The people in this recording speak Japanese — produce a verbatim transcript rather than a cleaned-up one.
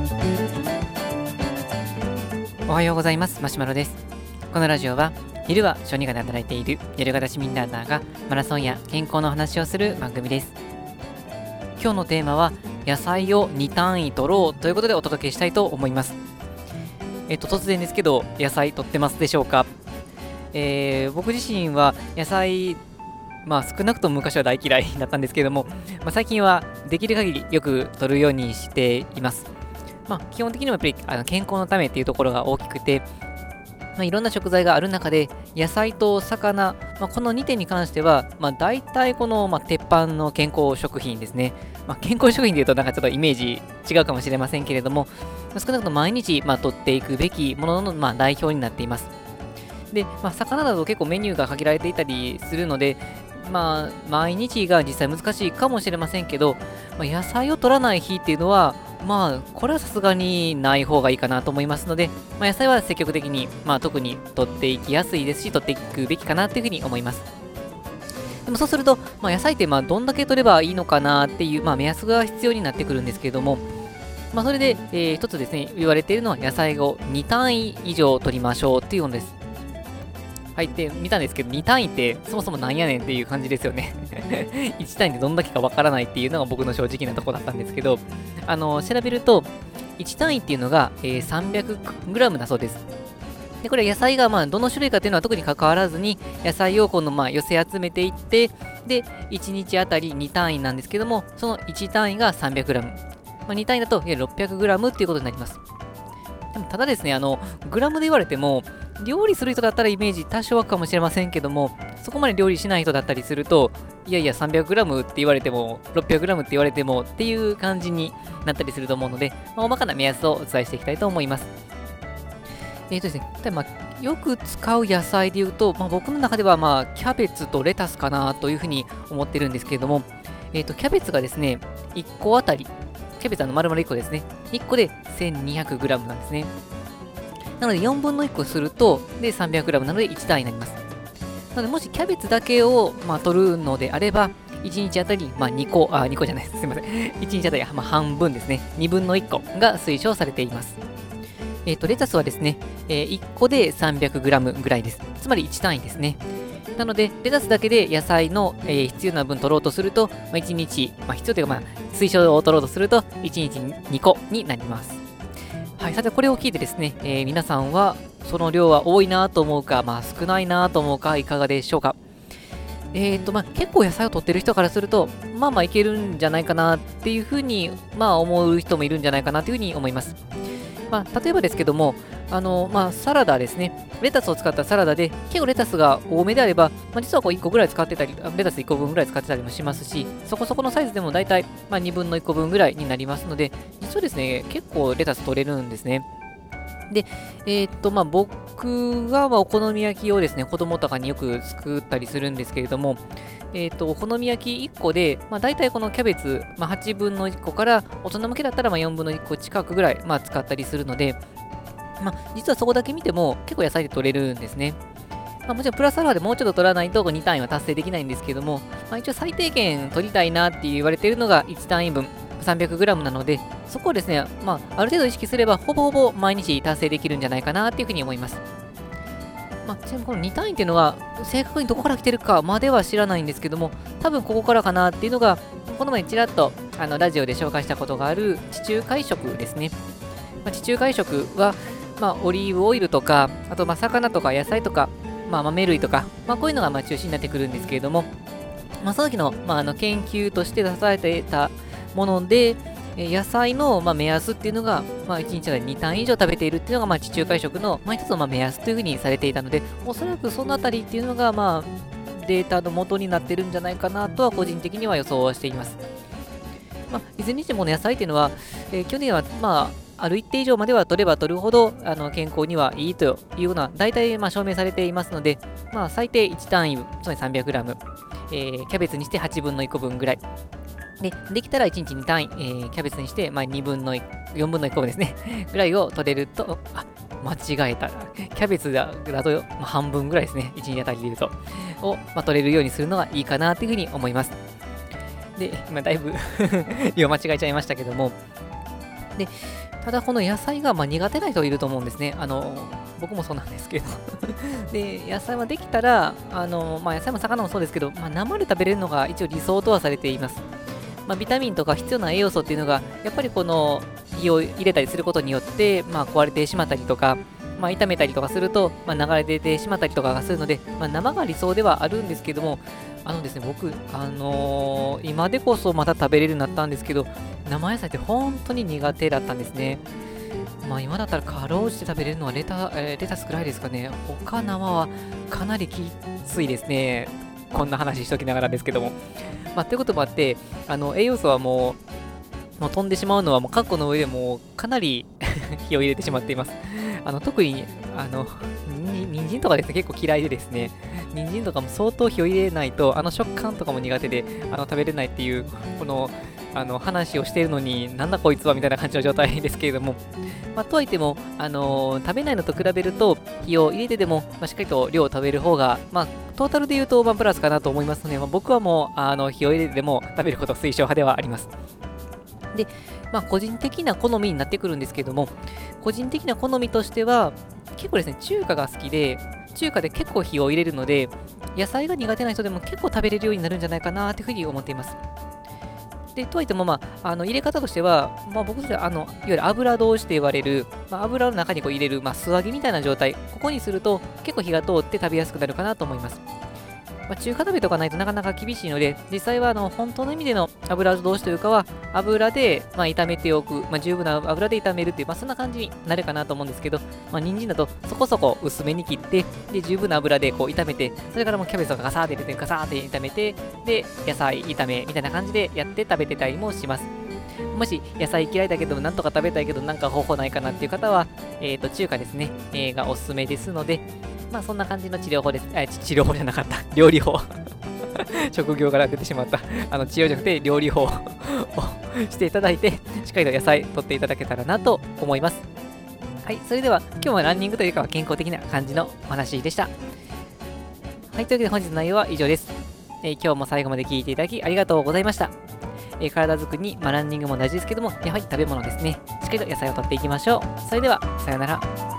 おはようございます。マシュマロです。このラジオは昼は小児科で働いている夜型市民ランナーがマラソンや健康の話をする番組です。今日のテーマは野菜をに単位取ろうということでお届けしたいと思います。えっと突然ですけど、野菜取ってますでしょうか？えー、僕自身は野菜、まあ少なくとも昔は大嫌いだったんですけれども、まあ、最近はできる限りよく取るようにしています。まあ、基本的にもやっぱりあの健康のためっていうところが大きくて、まあ、いろんな食材がある中で野菜と魚、まあ、このにてんに関しては、まあ、大体この、まあ、鉄板の健康食品ですね。まあ、健康食品でいうとなんかちょっとイメージ違うかもしれませんけれども、まあ、少なくとも毎日、まあ、取っていくべきものの、まあ、代表になっています。で、まあ、魚だと結構メニューが限られていたりするので、まあ、毎日が実際難しいかもしれませんけど、まあ、野菜を取らない日っていうのは、まあ、これはさすがにない方がいいかなと思いますので、まあ、野菜は積極的に、まあ、特に取っていきやすいですし、取っていくべきかなというふうに思います。でもそうすると、まあ、野菜ってまあどんだけ取ればいいのかなっていう、まあ、目安が必要になってくるんですけれども、まあ、それで、えー一つですね、言われているのは野菜をに単位以上取りましょうっていうのです。はい、で、見たんですけど、に単位ってそもそもなんやねんっていう感じですよね。いち単位でどんだけかわからないっていうのが僕の正直なところだったんですけど、あの、調べると、いち単位っていうのが、えー、さんびゃくグラム だそうです。で、これ野菜がまあどの種類かっていうのは特に関わらずに、野菜をこのまあ寄せ集めていって、で、いちにちあたりに単位なんですけども、そのいち単位が さんびゃくグラム。まあ、に単位だといわゆる ろっぴゃくグラム っていうことになります。でもただですね、あの、グラムで言われても、料理する人だったらイメージ多少湧くかもしれませんけども、そこまで料理しない人だったりすると、いやいや さんびゃくグラム って言われても、ろっぴゃくグラム って言われてもっていう感じになったりすると思うので、まあ、大まかな目安をお伝えしていきたいと思います。えーとですね、例えば、まあ、よく使う野菜で言うと、まあ、僕の中ではまあキャベツとレタスかなというふうに思ってるんですけれども、えーと、キャベツがですね、いっこあたり、キャベツは丸々いっこですね、いっこで せんにひゃくグラム なんですね。なのでよんぶんのいっこすると、で さんびゃくグラム なのでいち単位になります。なのでもしキャベツだけを、まあ、取るのであれば、いちにちあたり、まあ、にこ、あ、にこじゃないです。すみません。いちにちあたり、まあ、半分ですね。にぶんのいっこが推奨されています。えっと、レタスはですね、えーいっこで さんびゃくグラム ぐらいです。つまりいち単位ですね。なので、レタスだけで野菜の、えー必要な分取ろうとすると、まあ、いちにち、まあ、必要というか、まあ、推奨を取ろうとすると、いちにちにこになります。はい、さてこれを聞いてですね、えー皆さんはその量は多いなと思うか、まあ、少ないなと思うか、いかがでしょうか。えーとまあ、結構野菜を取ってる人からすると、まあまあいけるんじゃないかなっていうふうに、まあ、思う人もいるんじゃないかなというふうに思います。まあ、例えばですけども、あのまあ、サラダですね、レタスを使ったサラダで、結構レタスが多めであれば、まあ、実はこういっこぐらい使ってたり、あレタスいっこぶんぐらい使ってたりもしますし、そこそこのサイズでも大体、まあ、にぶんのいっこぶんぐらいになりますので、実はですね、結構レタス取れるんですね。で、えーっと、まあ、僕が、まあ、お好み焼きをですね、子供とかによく作ったりするんですけれども、えーっと、お好み焼きいっこで、まあ、大体このキャベツ、まあ、はちぶんのいっこから、大人向けだったらまあよんぶんのいっこ近くぐらい、まあ、使ったりするので、まあ、実はそこだけ見ても結構野菜で取れるんですね。まあ、もちろんプラスアルファでもうちょっと取らないとに単位は達成できないんですけども、まあ、一応最低限取りたいなって言われているのがいち単位分 さんびゃくグラム なので、そこをですね、まあ、ある程度意識すればほぼほぼ毎日達成できるんじゃないかなっていうふうに思います。まあ、ちなみにこのに単位っていうのは正確にどこから来てるかまでは知らないんですけども、多分ここからかなっていうのが、この前ちらっとあのラジオで紹介したことがある地中海食ですね。まあ、地中海食は、まあ、オリーブオイルとか、あとまあ魚とか野菜とか、まあ、豆類とか、まあ、こういうのがまあ中心になってくるんですけれども、まあ、その時の、まあ、あの研究として出されていたもので、えー野菜の、まあ、目安っていうのが、まあ、いちにちあたりに単位以上食べているっていうのが、まあ、地中海食の、まあ、一つのまあ目安というふうにされていたので、おそらくそのあたりっていうのが、まあ、データの元になってるんじゃないかなとは個人的には予想はしています。まあ、いずれにしても、ね、野菜っていうのは、えー去年は、まあ、ある一定以上までは取れば取るほどあの健康にはいいというような、大体まあ証明されていますので、まあ、最低いち単位、つまり さんびゃくグラム、えーキャベツにしてはちぶんのいっこぶんぐらい。で、できたらいちにちに単位、えーキャベツにして、まあ、にぶんのいち、よんぶんのいっこぶんですね。ぐらいを取れると、あ、間違えた。キャベツだだと、まあ、半分ぐらいですね。いちにちあたりで言うと。を、まあ、取れるようにするのがいいかなというふうに思います。で、今だいぶ量間違えちゃいましたけども、 で、ただこの野菜がまあ苦手な人いると思うんですね。あの、僕もそうなんですけど。で、野菜はできたら、あの、まあ野菜も魚もそうですけど、まあ生で食べれるのが一応理想とはされています。まあビタミンとか必要な栄養素っていうのが、やっぱりこの火を入れたりすることによって、まあ壊れてしまったりとか、まあ炒めたりとかすると、まあ流れ出てしまったりとかがするので、まあ生が理想ではあるんですけども、あのですね、僕、あのー今でこそまた食べれるようになったんですけど、生野菜って本当に苦手だったんですね。まあ今だったらかろうじて食べれるのはレタ、えーレタスくらいですかね。他生はかなりきついですね。こんな話しときながらですけども。まあ、ということもあって、あの栄養素はもう、もう飛んでしまうのはもう過去の上でもかなり火を入れてしまっています。あの特に、あの、に人参とかですね、結構嫌いでですね、人参とかも相当火を入れないと、あの食感とかも苦手で、あの食べれないっていう、この、あの話をしているのに、なんだこいつはみたいな感じの状態ですけれども、まあ、とはいっても、あのー食べないのと比べると、火を入れてでも、まあ、しっかりと量を食べる方が、まあ、トータルで言うと、まあ、プラスかなと思いますので、まあ、僕はもう、あの、火を入れてでも食べること推奨派ではあります。で、まあ、個人的な好みになってくるんですけども、個人的な好みとしては、結構ですね、中華が好きで、中華で結構火を入れるので、野菜が苦手な人でも結構食べれるようになるんじゃないかなというふうに思っています。で、とはいっても、まあ、あの入れ方としては、まあ、僕としてはあのいわゆる油通しと言われる、まあ、油の中にこう入れる、まあ、素揚げみたいな状態、ここにすると結構火が通って食べやすくなるかなと思います。まあ、中華鍋とかないとなかなか厳しいので、実際はあの本当の意味での油通しというかは、油で、まあ、炒めておく、まあ、十分な油で炒めるっていう、まあ、そんな感じになるかなと思うんですけど、まあ、人参だとそこそこ薄めに切って、で、十分な油でこう炒めて、それからもうキャベツとかガサーって入れて、ガサーって炒めて、で、野菜炒めみたいな感じでやって食べてたりもします。もし野菜嫌いだけど、なんとか食べたいけど、なんか方法ないかなっていう方は、えっ、と、中華ですね、えーがおすすめですので、まあそんな感じの治療法です。あ、治療法じゃなかった。料理法。職業から出てしまった。あの、治療じゃなくて料理法をしていただいて、しっかりと野菜取っていただけたらなと思います。はい、それでは今日はランニングというか健康的な感じのお話でした。はい、というわけで本日の内容は以上です。えー今日も最後まで聞いていただきありがとうございました。えー体作りに、まあ、ランニングも大事ですけども、やはり食べ物ですね。しっかりと野菜を取っていきましょう。それでは、さようなら。